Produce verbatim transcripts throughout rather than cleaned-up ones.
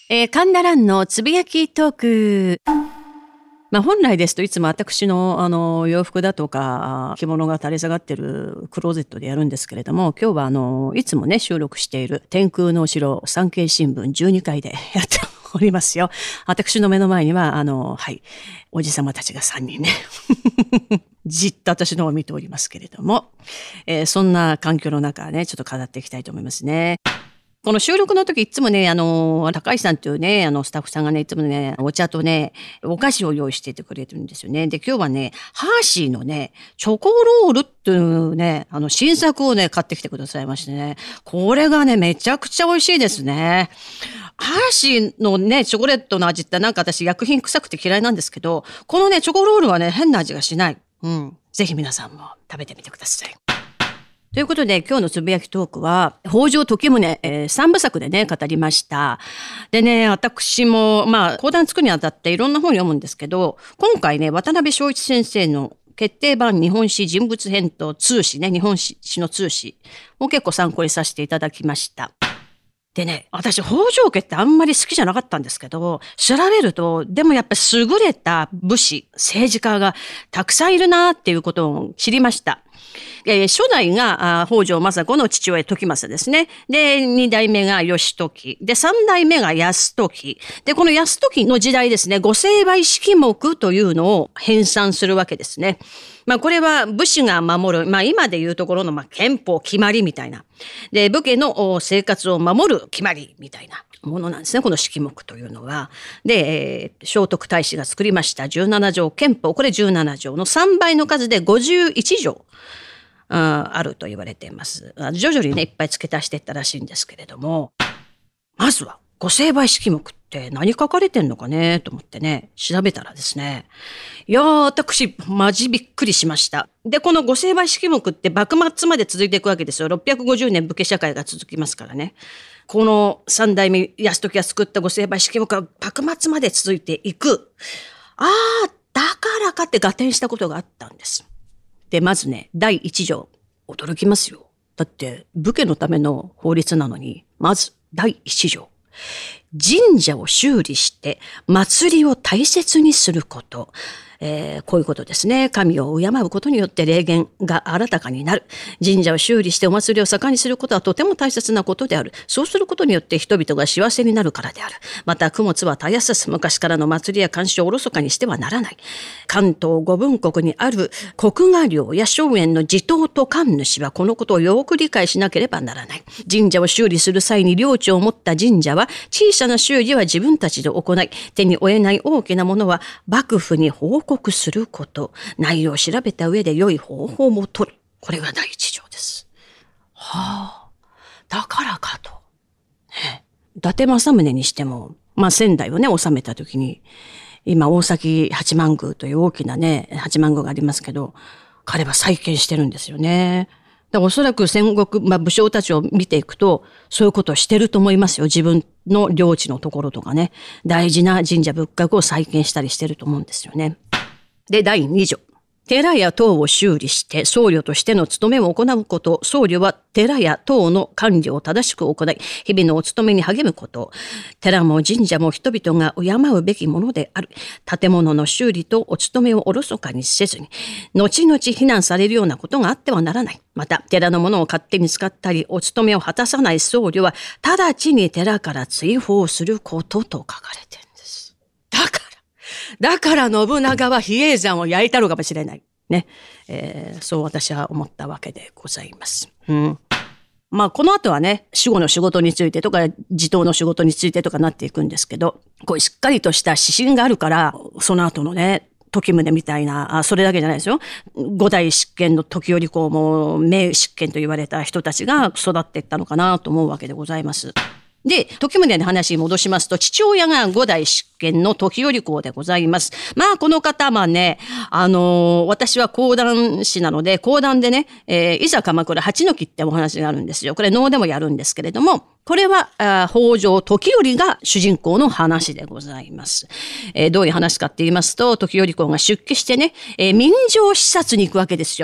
えー、神田蘭のつぶやきトーク。まあ、本来ですといつも私のあの洋服だとか着物が垂れ下がってるクローゼットでやるんですけれども、今日はあのいつもね収録している天空のお城産経新聞じゅうにかいでやっておりますよ。私の目の前にはあのはいおじさまたちがさんにんねじっと私のを見ておりますけれども、えー、そんな環境の中ねちょっと語っていきたいと思いますね。この収録の時いつもね、あの、高橋さんというね、あの、スタッフさんがね、いつもね、お茶とね、お菓子を用意していてくれてるんですよね。で、今日はね、ハーシーのね、チョコロールっていうね、あの、新作をね、買ってきてくださいましてね。これがね、めちゃくちゃ美味しいですね。ハーシーのね、チョコレートの味ってなんか私薬品臭くて嫌いなんですけど、このね、チョコロールはね、変な味がしない。うん。ぜひ皆さんも食べてみてください。ということで今日のつぶやきトークは北条時宗、えー、三部作でね語りました。でね、私もまあ講談作るにあたっていろんな本読むんですけど、今回ね渡辺正一先生の決定版日本史人物編と通史ね、日本史の通史も結構参考にさせていただきました。でね、私北条家ってあんまり好きじゃなかったんですけど、調べるとでもやっぱり優れた武士政治家がたくさんいるなっていうことを知りました。えー、初代が北条政子の父親時政ですね。で、二代目が義時。で、三代目が泰時。で、この泰時の時代ですね、御成敗式目というのを編纂するわけですね。まあこれは武士が守る、まあ今でいうところのまあ憲法決まりみたいな。で、武家の生活を守る決まりみたいなものなんですね、この式目というのは。で、えー、聖徳太子が作りましたじゅうなな条憲法、これじゅうなな条のさんばいの数でごじゅういち条。あ, あると言われています。徐々にねいっぱい付け足していったらしいんですけれども、まずは御成敗式目って何書かれてんのかねと思ってね調べたらですね、いやー私マジびっくりしました。でこの御成敗式目って幕末まで続いていくわけですよ。ろっぴゃくごじゅうねん武家社会が続きますからね。この三代目泰時が作った御成敗式目が幕末まで続いていく。あーだからかって合点したことがあったんです。で、まずね、だいいち条。驚きますよ。だって、武家のための法律なのに、まず、だいいち条。神社を修理して、祭りを大切にすること。えー、こういうことですね。神を敬うことによって霊言が新たかになる。神社を修理してお祭りを盛んにすることはとても大切なことである。そうすることによって人々が幸せになるからである。また、供物は絶やさず、昔からの祭りや慣習をおろそかにしてはならない。関東五分国にある国画領や荘園の地頭と神主はこのことをよく理解しなければならない。神社を修理する際に領地を持った神社は、小さな修理は自分たちで行い、手に負えない大きなものは幕府に報告報告すること、内容を調べた上で良い方法も取る。これが第一条です。はあ、だからかと。ね、伊達政宗にしても、まあ仙台をね治めた時に、今大崎八幡宮という大きなね八幡宮がありますけど、彼は再建してるんですよね。だからおそらく戦国、まあ、武将たちを見ていくとそういうことをしてると思いますよ。自分の領地のところとかね、大事な神社仏閣を再建したりしてると思うんですよね。で、だいに条。寺や塔を修理して僧侶としての務めを行うこと。僧侶は寺や塔の管理を正しく行い、日々のお務めに励むこと。寺も神社も人々が敬うべきものである。建物の修理とお務めをおろそかにせずに、後々非難されるようなことがあってはならない。また、寺のものを勝手に使ったり、お務めを果たさない僧侶は、直ちに寺から追放することと書かれてるんです。だから、だから信長は比叡山を焼いたのかもしれない。ね。えー、そう私は思ったわけでございます。うん。まあこの後はね、死後の仕事についてとか、地頭の仕事についてとかなっていくんですけど、こうしっかりとした指針があるから、その後のね、時宗みたいな、あ、それだけじゃないですよ。五代執権の時頼公も名執権と言われた人たちが育っていったのかなと思うわけでございます。で、時宗の話に戻しますと、父親が五代執権の時頼公でございます。まあ、この方はね、あのー、私は講談師なので、講談でね、えー、いざ鎌倉八の木ってお話があるんですよ。これ能でもやるんですけれども、これは、北条時頼が主人公の話でございます。えー、どういう話かって言いますと、時頼公が出家してね、えー、民情視察に行くわけですよ。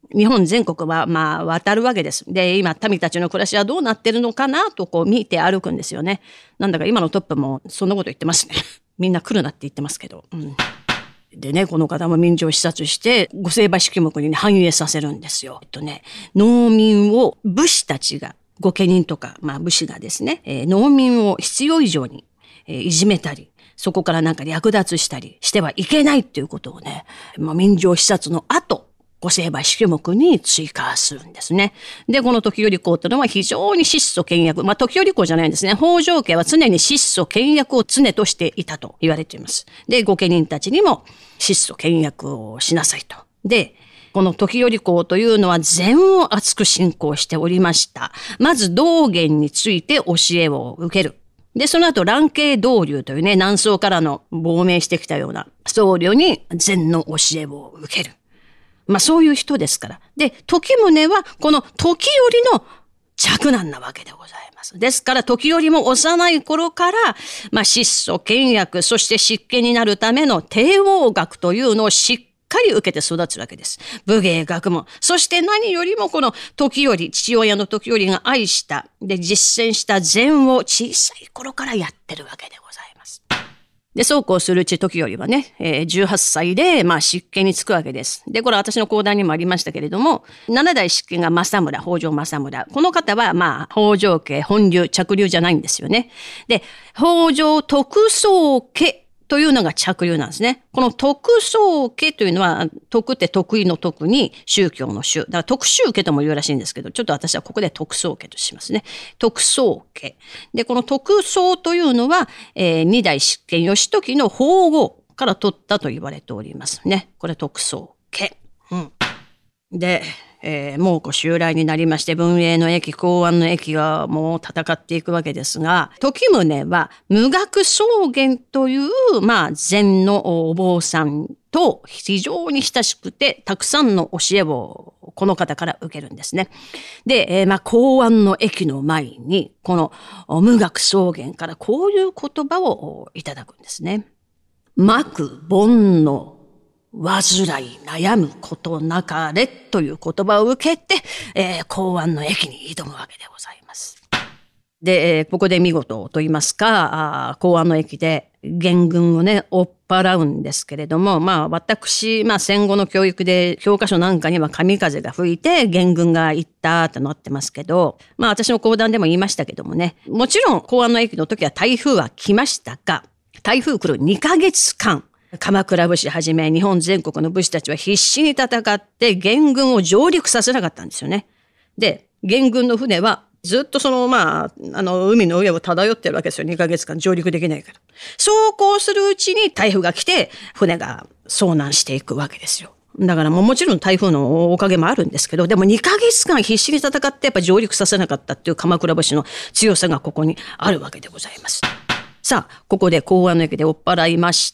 日本全国はまあ渡るわけです。で、今、民たちの暮らしはどうなってるのかなとこう見て歩くんですよね。なんだか今のトップもそんなこと言ってますね。みんな来るなって言ってますけど。うん、でね、この方も民情を視察して、御成敗式目に反映させるんですよ。えっとね、農民を武士たちが、御家人とか、まあ武士がですね、えー、農民を必要以上に、えー、いじめたり、そこからなんか略奪したりしてはいけないっていうことをね、まあ民情視察の後、御成敗式目に追加するんですね。で、この時頼公というのは非常に質素倹約。まあ、時頼公じゃないんですね。北条家は常に質素倹約を常としていたと言われています。で、御家人たちにも質素倹約をしなさいと。で、この時頼公というのは禅を厚く信仰しておりました。まず道元について教えを受ける。で、その後、蘭渓道流というね、南宋からの亡命してきたような僧侶に禅の教えを受ける。まあそういう人ですから。で、時宗はこの時頼の嫡男なわけでございます。ですから時頼も幼い頃から、まあ質素倹約、そして執権になるための帝王学というのをしっかり受けて育つわけです。武芸学問。そして何よりもこの時頼、父親の時頼が愛した、で実践した禅を小さい頃からやってるわけでございます。で、そうこうするうち時頼はね、えー、じゅうはっさいで、まあ、執権に就くわけです。で、これ私の講談にもありましたけれども、七代執権が正村、北条正村。この方は、まあ、北条家本流、嫡流じゃないんですよね。で、北条徳宗家というのが嫡流なんですね。この徳宗家というのは、徳って得意の徳に宗教の宗。だから徳宗家とも言うらしいんですけど、ちょっと私はここで徳宗家としますね。徳宗家。で、この徳宗というのは、えー、二代執権義時の法号から取ったと言われておりますね。これ徳宗家。うん。で、えー、蒙古襲来になりまして、文永の役、弘安の役がもう戦っていくわけですが、時宗は無学草原という、まあ、禅のお坊さんと非常に親しくて、たくさんの教えをこの方から受けるんですね。で、えー、まあ、弘安の役の前に、この無学草原からこういう言葉をいただくんですね。幕煩悩。煩い悩むことなかれという言葉を受けて、えー、弘安の役に挑むわけでございます。で、えー、ここで見事と言いますか、あ弘安の役で元軍をね、追っ払うんですけれども、まあ私、まあ戦後の教育で教科書なんかには神風が吹いて元軍が行ったってなってますけど、まあ私の講談でも言いましたけどもね、もちろん弘安の役の時は台風は来ましたが、台風来るにかげつかん、鎌倉武士はじめ日本全国の武士たちは必死に戦って元軍を上陸させなかったんですよね。で、元軍の船はずっとそのまあ、あの海の上を漂ってるわけですよ。にかげつかん上陸できないから。そうこうするうちに台風が来て船が遭難していくわけですよ。だからもうもちろん台風のおかげもあるんですけど、でもにかげつかん必死に戦ってやっぱ上陸させなかったっていう鎌倉武士の強さがここにあるわけでございます。さあ、ここで弘安の役で追っ払いまして、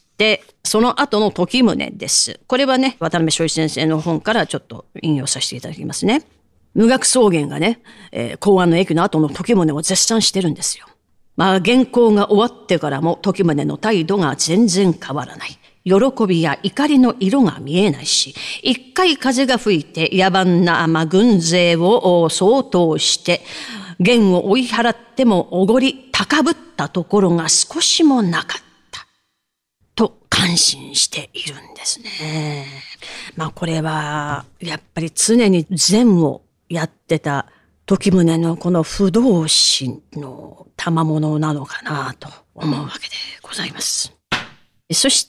その後の時宗です。これはね、渡辺正一先生の本からちょっと引用させていただきますね。無学草原がね、えー、弘安の役の後の時宗を絶賛してるんですよ。まあ、原稿が終わってからも時宗の態度が全然変わらない。喜びや怒りの色が見えないし、一回風が吹いて野蛮な、まあ、軍勢を掃討して、元を追い払ってもおごり高ぶったところが少しもなかった。と感心しているんですね。まあこれはやっぱり常に禅をやってた時宗のこの不動心の賜物なのかなと思うわけでございます。そして、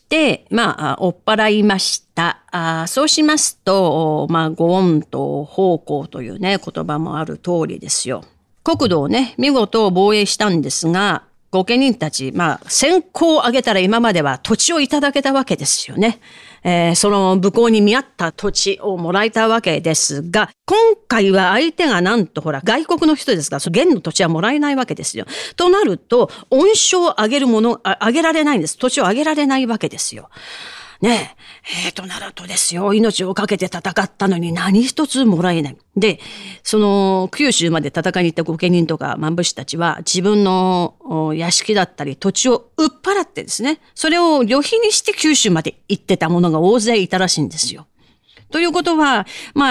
まあ、追っ払いました。あそうしますと、まあ、ご恩と奉公というね、言葉もある通りですよ。国土をね、見事防衛したんですが、御家人たち、まあ、先行を挙げたら今までは土地をいただけたわけですよね。えー、その武功に見合った土地をもらえたわけですが、今回は相手がなんとほら、外国の人ですから、その現の土地はもらえないわけですよ。となると、恩賞をあげるもの、あ、あげられないんです。土地をあげられないわけですよ。ねえ、えーとなるとですよ、命をかけて戦ったのに何一つもらえない。で、その九州まで戦いに行った御家人とか武士たちは自分の屋敷だったり土地を売っ払ってですね、それを旅費にして九州まで行ってた者が大勢いたらしいんですよ。ということは、まあ、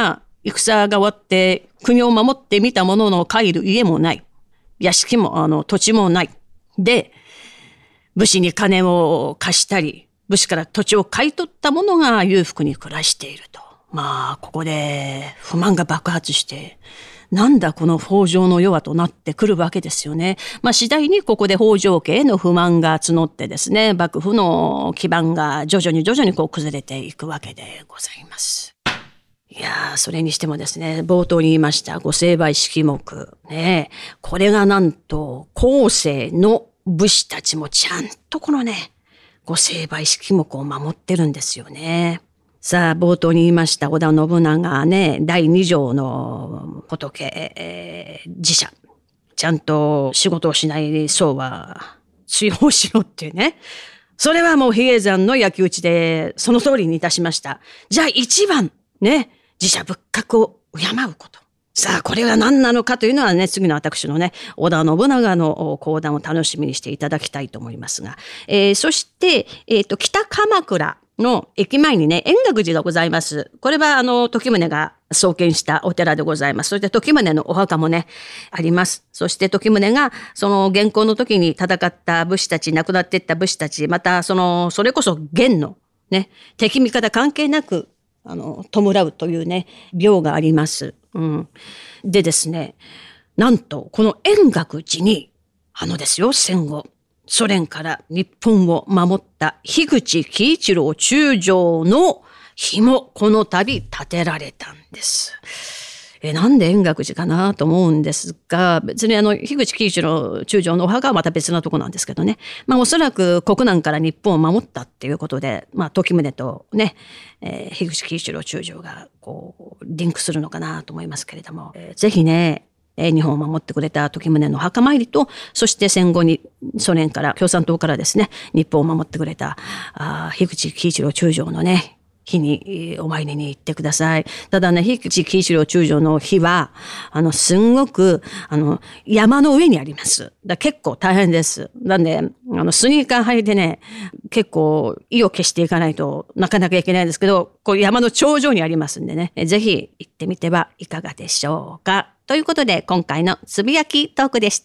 戦が終わって国を守ってみたものの帰る家もない。屋敷もあの土地もない。で、武士に金を貸したり、武士から土地を買い取った者が裕福に暮らしていると。まあ、ここで不満が爆発して、なんだこの北条の世はとなってくるわけですよね。まあ次第にここで北条家への不満が募ってですね、幕府の基盤が徐々に徐々にこう崩れていくわけでございます。いやー、それにしてもですね、冒頭に言いました御成敗式目。ね、これがなんと後世の武士たちもちゃんとこのね、御成敗式目を守ってるんですよね。さあ、冒頭に言いました織田信長ね、第二条の仏、えー、自社。ちゃんと仕事をしない僧は追放しろっていうね。それはもう比叡山の焼き討ちでその通りにいたしました。じゃあ一番ね、自社仏閣を敬うこと。さあ、これが何なのかというのはね、次の私のね、織田信長の講談を楽しみにしていただきたいと思いますが。えー、そして、えっと、北鎌倉の駅前にね、円覚寺がございます。これは、あの、時宗が創建したお寺でございます。そして時宗のお墓もね、あります。そして時宗が、その元寇の時に戦った武士たち、亡くなっていった武士たち、また、その、それこそ元の、ね、敵味方関係なく、あの、弔うというね、廟があります。うん。でですね、なんと、この円覚寺に、あのですよ、戦後、ソ連から日本を守った樋口喜一郎中将の碑もこの度建てられたんです。え、なんで円覚寺かなと思うんですが、別にあの、樋口喜一郎中将のお墓はまた別なとこなんですけどね。まあおそらく国難から日本を守ったっていうことで、まあ時宗とね、えー、樋口喜一郎中将がこう、リンクするのかなと思いますけれども、えー、ぜひね、日本を守ってくれた時宗の墓参りと、そして戦後にソ連から、共産党からですね、日本を守ってくれた、あ樋口喜一郎中将のね、日にお参りに行ってください。ただね、樋口喜一郎中将の日は、あの、すんごく、あの、山の上にあります。だ結構大変です。なんで、あの、スニーカー履いてね、結構意を消していかないとなかなかいけないんですけど、こう山の頂上にありますんでね、ぜひ行ってみてはいかがでしょうか。ということで、今回のつぶやきトークでした。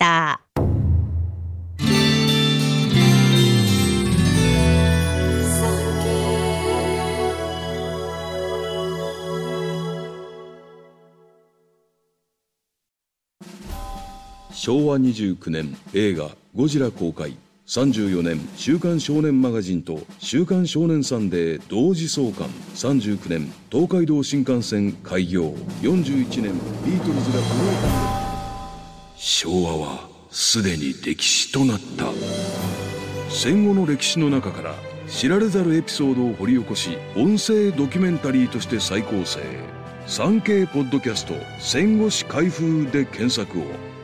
しょうわにじゅうきゅうねん映画ゴジラ公開、さんじゅうよねん週刊少年マガジンと週刊少年サンデー同時創刊、さんじゅうきゅうねん東海道新幹線開業、よんじゅういちねんビートルズがプロー昭和はすでに歴史となった。戦後の歴史の中から知られざるエピソードを掘り起こし、音声ドキュメンタリーとして再構成。 サンケー ポッドキャスト戦後史開封で検索を。